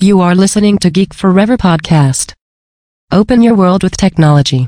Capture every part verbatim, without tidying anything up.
You are listening to Geek Forever podcast. Open your world with technology.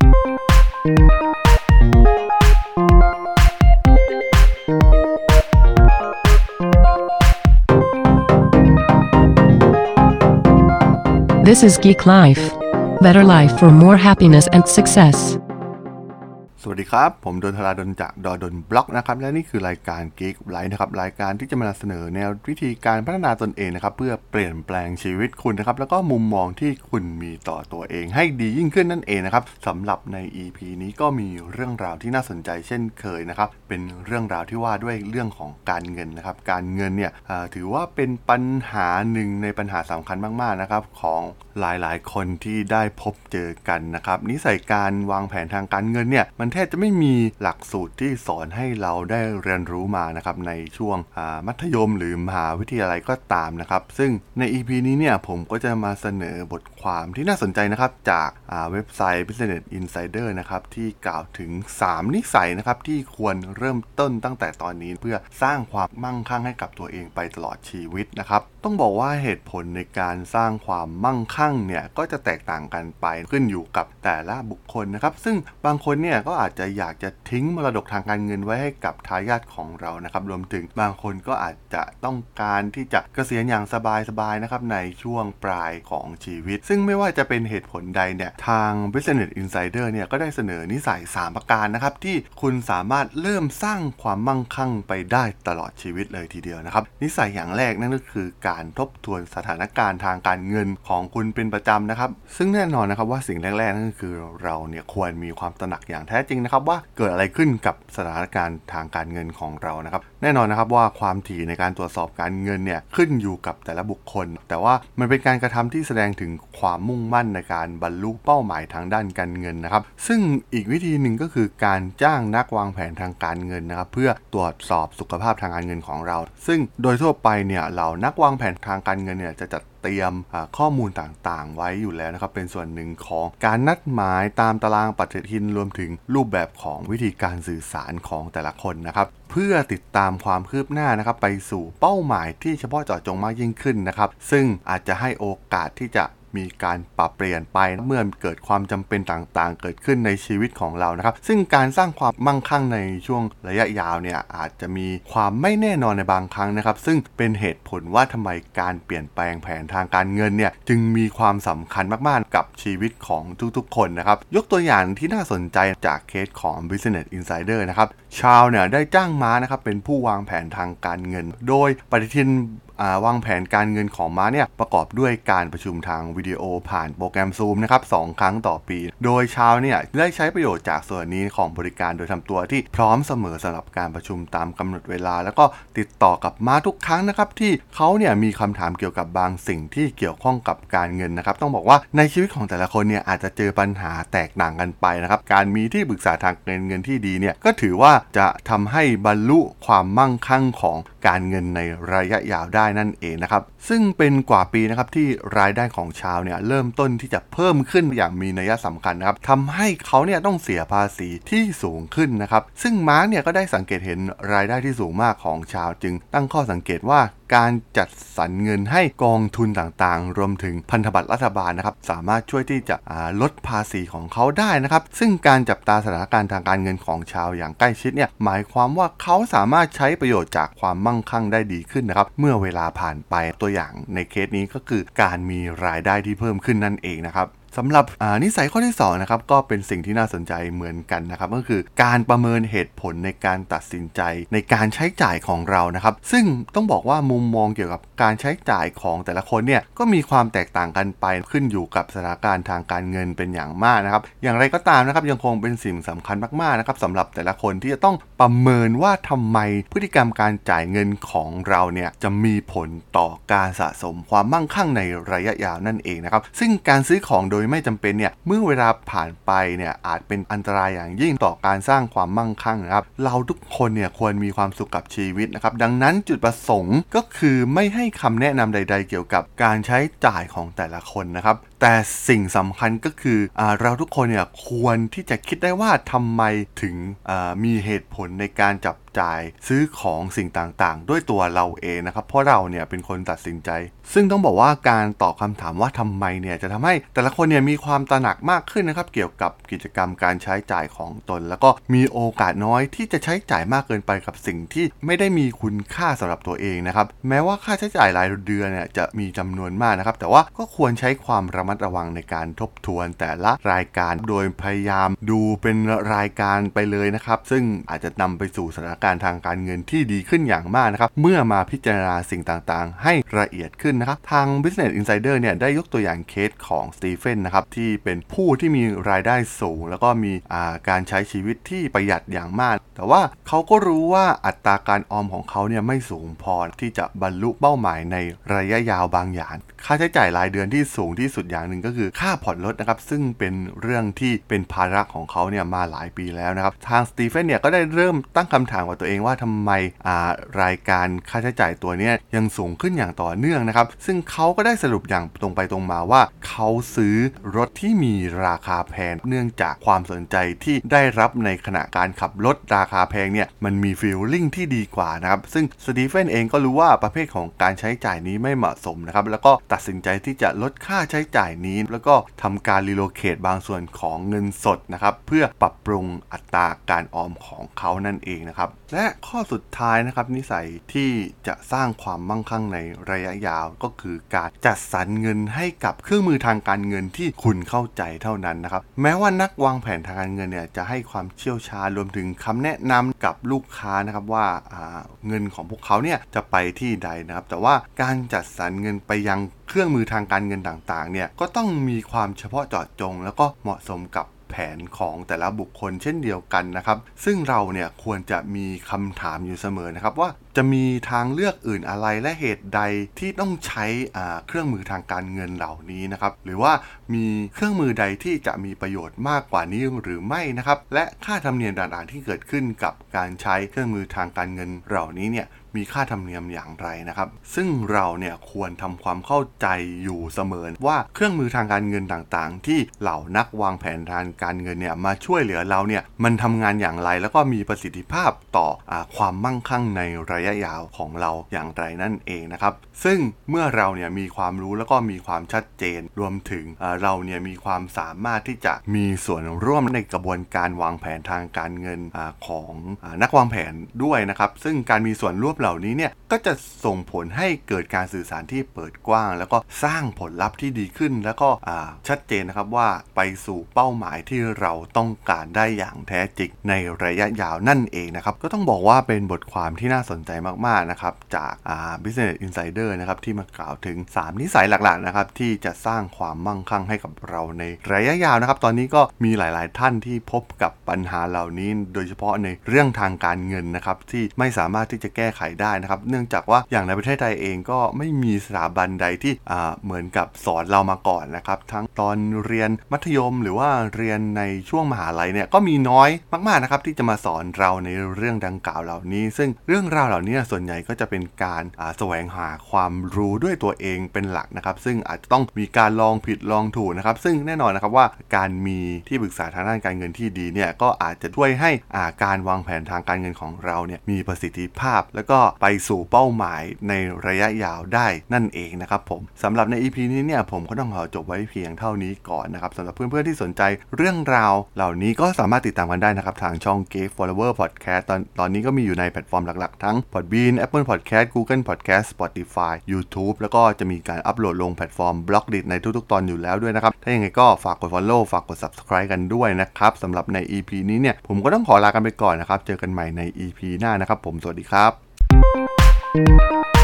This is Geek Life. Better life for more happiness and success. สวัสดีครับผมดนทราดนจากดดนบล็อกนะครับและนี่คือรายการ Geek Life นะครับรายการที่จะมาเสนอแนววิธีการพัฒนาตนเองนะครับเพื่อเปลี่ยนแปลงชีวิตคุณนะครับแล้วก็มุมมองที่คุณมีต่อตัวเองให้ดียิ่งขึ้นนั่นเองนะครับสำหรับใน อี พี นี้ก็มีเรื่องราวที่น่าสนใจเช่นเคยนะครับเป็นเรื่องราวที่ว่าด้วยเรื่องของการเงินนะครับการเงินเนี่ยถือว่าเป็นปัญหาหนึ่งในปัญหาสำคัญมากๆนะครับของหลายๆคนที่ได้พบเจอกันนะครับนิสัยการวางแผนทางการเงินเนี่ยมันแทบจะไม่มีหลักสูตรที่สอนให้เราได้เรียนรู้มานะครับในช่วงมัธยมหรือมหาวิทยาลัยก็ตามนะครับซึ่งใน อี พี นี้เนี่ยผมก็จะมาเสนอบทความที่น่าสนใจนะครับจากเว็บไซต์ Business Insider นะครับที่กล่าวถึงสามนิสัยนะครับที่ควรเริ่มต้นตั้งแต่ตอนนี้เพื่อสร้างความมั่งคั่งให้กับตัวเองไปตลอดชีวิตนะครับต้องบอกว่าเหตุผลในการสร้างความมั่งคั่งเนี่ยก็จะแตกต่างกันไปขึ้นอยู่กับแต่ละบุคคลนะครับซึ่งบางคนเนี่ยก็อาจจะอยากจะทิ้งมรดกทางการเงินไว้ให้กับทายาทของเรานะครับรวมถึงบางคนก็อาจจะต้องการที่จะเกษียณอย่างสบายๆนะครับในช่วงปลายของชีวิตซึ่งไม่ว่าจะเป็นเหตุผลใดเนี่ยทาง Business Insider เนี่ยก็ได้เสนอนิสัยสามประการนะครับที่คุณสามารถเริ่มสร้างความมั่งคั่งไปได้ตลอดชีวิตเลยทีเดียวนะครับนิสัยอย่างแรกนั่นก็คือการทบทวนสถานการณ์ทางการเงินของคุณเป็นประจำนะครับซึ่งแน่นอนนะครับว่าสิ่งแรกๆนั่นก็คือเราเนี่ยควรมีความตระหนักอย่างแท้จริงนะครับว่าเกิดอะไรขึ้นกับสถานการณ์ทางการเงินของเรานะครับแน่นอนนะครับว่าความถี่ในการตรวจสอบการเงินเนี่ยขึ้นอยู่กับแต่ละบุคคลแต่ว่ามันเป็นการกระทำที่แสดงถึงความมุ่งมั่นในการบรรลุเป้าหมายทางด้านการเงินนะครับซึ่งอีกวิธีหนึ่งก็คือการจ้างนักวางแผนทางการเงินนะครับเพื่อตรวจสอบสุขภาพทางการเงินของเราซึ่งโดยทั่วไปเนี่ยเหล่านักวางแผนทางการเงินเนี่ยจะจัดเตรียมข้อมูลต่างๆไว้อยู่แล้วนะครับเป็นส่วนหนึ่งของการนัดหมายตามตารางปฏิทินรวมถึงรูปแบบของวิธีการสื่อสารของแต่ละคนนะครับเพื่อติดตามความคืบหน้านะครับไปสู่เป้าหมายที่เฉพาะเจาะจงมากยิ่งขึ้นนะครับซึ่งอาจจะให้โอกาสที่จะมีการปรับเปลี่ยนไปเมื่อเกิดความจำเป็นต่างๆเกิดขึ้นในชีวิตของเรานะครับซึ่งการสร้างความมั่งคั่งในช่วงระยะยาวเนี่ยอาจจะมีความไม่แน่นอนในบางครั้งนะครับซึ่งเป็นเหตุผลว่าทำไมการเปลี่ยนแปลงแผนทางการเงินเนี่ยจึงมีความสำคัญมากๆกับชีวิตของทุกๆคนนะครับยกตัวอย่างที่น่าสนใจจากเคสของ Business Insider นะครับชาวเนี่ยได้จ้างม้านะครับเป็นผู้วางแผนทางการเงินโดยปฏิทินวางแผนการเงินของม้าเนี่ยประกอบด้วยการประชุมทางวิดีโอผ่านโปรแกรม Zoom นะครับสองครั้งต่อปีโดยชาวเนี่ยได้ใช้ประโยชน์จากส่วนนี้ของบริการโดยทำตัวที่พร้อมเสมอสำหรับการประชุมตามกำหนดเวลาแล้วก็ติดต่อกับม้าทุกครั้งนะครับที่เขาเนี่ยมีคำถามเกี่ยวกับบางสิ่งที่เกี่ยวข้องกับการเงินนะครับต้องบอกว่าในชีวิตของแต่ละคนเนี่ยอาจจะเจอปัญหาแตกต่างกันไปนะครับการมีที่ปรึกษาทางการเงินที่ดีเนี่ยก็ถือว่าจะทำให้บรรลุความมั่งคั่งของการเงินในระยะยาวได้นั่นเองนะครับซึ่งเป็นกว่าปีนะครับที่รายได้ของชาวเนี่ยเริ่มต้นที่จะเพิ่มขึ้นอย่างมีนัยสำคัญนะครับทำให้เขาเนี่ยต้องเสียภาษีที่สูงขึ้นนะครับซึ่งมาร์กเนี่ยก็ได้สังเกตเห็นรายได้ที่สูงมากของชาวจึงตั้งข้อสังเกตว่าการจัดสรรเงินให้กองทุนต่างๆรวมถึงพันธบัตรรัฐบาลนะครับสามารถช่วยที่จะลดภาษีของเขาได้นะครับซึ่งการจับตาสถานการณ์ทางการเงินของชาวอย่างใกล้ชิดเนี่ยหมายความว่าเขาสามารถใช้ประโยชน์จากความมั่งคั่งได้ดีขึ้นนะครับเมื่อเวลาผ่านไปตัวอย่างในเคสนี้ก็คือการมีรายได้ที่เพิ่มขึ้นนั่นเองนะครับสำหรับนิสัยข้อที่สองนะครับก็เป็นสิ่งที่น่าสนใจเหมือนกันนะครับก็คือการประเมินเหตุผลในการตัดสินใจในการใช้จ่ายของเรานะครับซึ่งต้องบอกว่ามุมมองเกี่ยวกับการใช้จ่ายของแต่ละคนเนี่ยก็มีความแตกต่างกันไปขึ้นอยู่กับสถานการณ์ทางการเงินเป็นอย่างมากนะครับอย่างไรก็ตามนะครับยังคงเป็นสิ่งสำคัญมากๆนะครับสำหรับแต่ละคนที่จะต้องประเมินว่าทำไมพฤติกรรมการจ่ายเงินของเราเนี่ยจะมีผลต่อการสะสมความมั่งคั่งในระยะยาวนั่นเองนะครับซึ่งการซื้อของโดยไม่จำเป็นเนี่ยเมื่อเวลาผ่านไปเนี่ยอาจเป็นอันตรายอย่างยิ่งต่อการสร้างความมั่งคั่งนะครับเราทุกคนเนี่ยควรมีความสุขกับชีวิตนะครับดังนั้นจุดประสงค์ก็คือไม่ให้คำแนะนำใดๆเกี่ยวกับการใช้จ่ายของแต่ละคนนะครับแต่สิ่งสำคัญก็คืออ่าเราทุกคนเนี่ยควรที่จะคิดได้ว่าทำไมถึงอ่ามีเหตุผลในการจับจ่ายซื้อของสิ่งต่างๆด้วยตัวเราเองนะครับเพราะเราเนี่ยเป็นคนตัดสินใจซึ่งต้องบอกว่าการตอบคำถามว่าทำไมเนี่ยจะทำให้แต่ละคนเนี่ยมีความตระหนักมากขึ้นนะครับเกี่ยวกับกิจกรรมการใช้จ่ายของตนแล้วก็มีโอกาสน้อยที่จะใช้จ่ายมากเกินไปกับสิ่งที่ไม่ได้มีคุณค่าสำหรับตัวเองนะครับแม้ว่าค่าใช้จ่ายรายเดือนเนี่ยจะมีจำนวนมากนะครับแต่ว่าก็ควรใช้ความระมัดระวังในการทบทวนแต่ละรายการโดยพยายามดูเป็นรายการไปเลยนะครับซึ่งอาจจะนำไปสู่สถานการณ์ทางการเงินที่ดีขึ้นอย่างมากนะครับเมื่อมาพิจารณาสิ่งต่างๆให้ละเอียดขึ้นนะครับทาง Business Insider เนี่ยได้ยกตัวอย่างเคสของสตีเฟนนะครับที่เป็นผู้ที่มีรายได้สูงแล้วก็มีการใช้ชีวิตที่ประหยัดอย่างมากแต่ว่าเขาก็รู้ว่าอัตราการออมของเขาเนี่ยไม่สูงพอที่จะบรรลุเป้าหมายในระยะยาวบางอย่างค่าใช้จ่ายรายเดือนที่สูงที่สุดอย่างหนึ่งก็คือค่าผ่อนรถนะครับซึ่งเป็นเรื่องที่เป็นภาระของเขาเนี่ยมาหลายปีแล้วนะครับทางสตีเฟนเนี่ยก็ได้เริ่มตั้งคำถามกับตัวเองว่าทำไมรายการค่าใช้จ่ายตัวนี้ยังสูงขึ้นอย่างต่อเนื่องนะครับซึ่งเขาก็ได้สรุปอย่างตรงไปตรงมาว่าเขาซื้อรถที่มีราคาแพงเนื่องจากความสนใจที่ได้รับในขณะการขับรถราคาแพงเนี่ยมันมีฟีลลิ่งที่ดีกว่านะครับซึ่งสตีเฟนเองก็รู้ว่าประเภทของการใช้จ่ายนี้ไม่เหมาะสมนะครับแล้วก็ตัดสินใจที่จะลดค่าใช้จ่ายนี้แล้วก็ทำการรีโลเคทบางส่วนของเงินสดนะครับเพื่อปรับปรุงอัตราการออมของเขานั่นเองนะครับและข้อสุดท้ายนะครับนิสัยที่จะสร้างความมั่งคั่งในระยะยาวก็คือการจัดสรรเงินให้กับเครื่องมือทางการเงินที่คุณเข้าใจเท่านั้นนะครับแม้ว่านักวางแผนทางการเงินเนี่ยจะให้ความเชี่ยวชาญรวมถึงคำแนะนำกับลูกค้านะครับว่าเงินของพวกเขาเนี่ยจะไปที่ใดนะครับแต่ว่าการจัดสรรเงินไปยังเครื่องมือทางการเงินต่างๆเนี่ยก็ต้องมีความเฉพาะเจาะจงแล้วก็เหมาะสมกับแผนของแต่ละบุคคลเช่นเดียวกันนะครับซึ่งเราเนี่ยควรจะมีคำถามอยู่เสมอนะครับว่าจะมีทางเลือกอื่นอะไรและเหตุใดที่ต้องใช้เครื่องมือทางการเงินเหล่านี้นะครับหรือว่ามีเครื่องมือใดที่จะมีประโยชน์มากกว่านี้หรือไม่นะครับและค่าธรรมเนียมต่างๆที่เกิดขึ้นกับการใช้เครื่องมือทางการเงินเหล่านี้เนี่ยมีค่าธรรมเนียมอย่างไรนะครับซึ่งเราเนี่ยควรทำความเข้าใจอยู่เสมอว่าเครื่องมือทางการเงินต่างๆที่เหล่านักวางแผนทางการเงินเนี่ยมาช่วยเหลือเราเนี่ยมันทำงานอย่างไรแล้วก็มีประสิทธิภาพต่ออ่าความมั่งคั่งในระยะยาวของเราอย่างไรนั่นเองนะครับซึ่งเมื่อเราเนี่ยมีความรู้แล้วก็มีความชัดเจนรวมถึงเราเนี่ยมีความสามารถที่จะมีส่วนร่วมในกระบวนการวางแผนทางการเงินอของนักวางแผนด้วยนะครับซึ่งการมีส่วนร่วมเหล่านี้เนี่ยก็จะส่งผลให้เกิดการสื่อสารที่เปิดกว้างแล้วก็สร้างผลลัพธ์ที่ดีขึ้นแล้วก็ชัดเจนนะครับว่าไปสู่เป้าหมายที่เราต้องการได้อย่างแท้จริงในระยะยาวนั่นเองนะครับก็ต้องบอกว่าเป็นบทความที่น่าสนใจมากๆนะครับจาก Business Insider นะครับที่มากล่าวถึงสามนิสัยหลักๆนะครับที่จะสร้างความมั่งคั่งให้กับเราในระยะยาวนะครับตอนนี้ก็มีหลายๆท่านที่พบกับปัญหาเหล่านี้โดยเฉพาะในเรื่องทางการเงินนะครับที่ไม่สามารถที่จะแก้ไขได้นะครับเนื่องจากว่าอย่างในประเทศไทยเองก็ไม่มีสถาบันใดที่เหมือนกับสอนเรามาก่อนนะครับทั้งตอนเรียนมัธยมหรือว่าเรียนในช่วงมหาลัยเนี่ยก็มีน้อยมากๆนะครับที่จะมาสอนเราในเรื่องดังกล่าวเหล่านี้ซึ่งเรื่องราวเหล่านี้ส่วนใหญ่ก็จะเป็นการแสวงหาความรู้ด้วยตัวเองเป็นหลักนะครับซึ่งอาจจะต้องมีการลองผิดลองถูกนะครับซึ่งแน่นอนนะครับว่าการมีที่ปรึกษาทางด้านการเงินที่ดีเนี่ยก็อาจจะช่วยให้การวางแผนทางการเงินของเราเนี่ยมีประสิทธิภาพแล้วก็ไปสู่เป้าหมายในระยะยาวได้นั่นเองนะครับผมสำหรับใน อี พี นี้เนี่ยผมก็ต้องขอจบไว้เพียงเท่านี้ก่อนนะครับสำหรับเพื่อนๆที่สนใจเรื่องราวเหล่านี้ก็สามารถติดตามกันได้นะครับทางช่อง Geek Forever Podcast ตอนตอนนี้ก็มีอยู่ในแพลตฟอร์มหลักๆทั้ง Podbean Apple Podcast Google Podcast Spotify YouTube แล้วก็จะมีการอัปโหลดลงแพลตฟอร์ม Blogdit ในทุกๆตอนอยู่แล้วด้วยนะครับถ้าอย่างไรก็ฝากกด Follow ฝากกด Subscribe กันด้วยนะครับสำหรับใน อี พี นี้เนี่ยผมก็ต้องขอลากันไปก่อนนะครับเจอกันใหม่ใน อี พี หน้านะครับผมสวัสดีครับ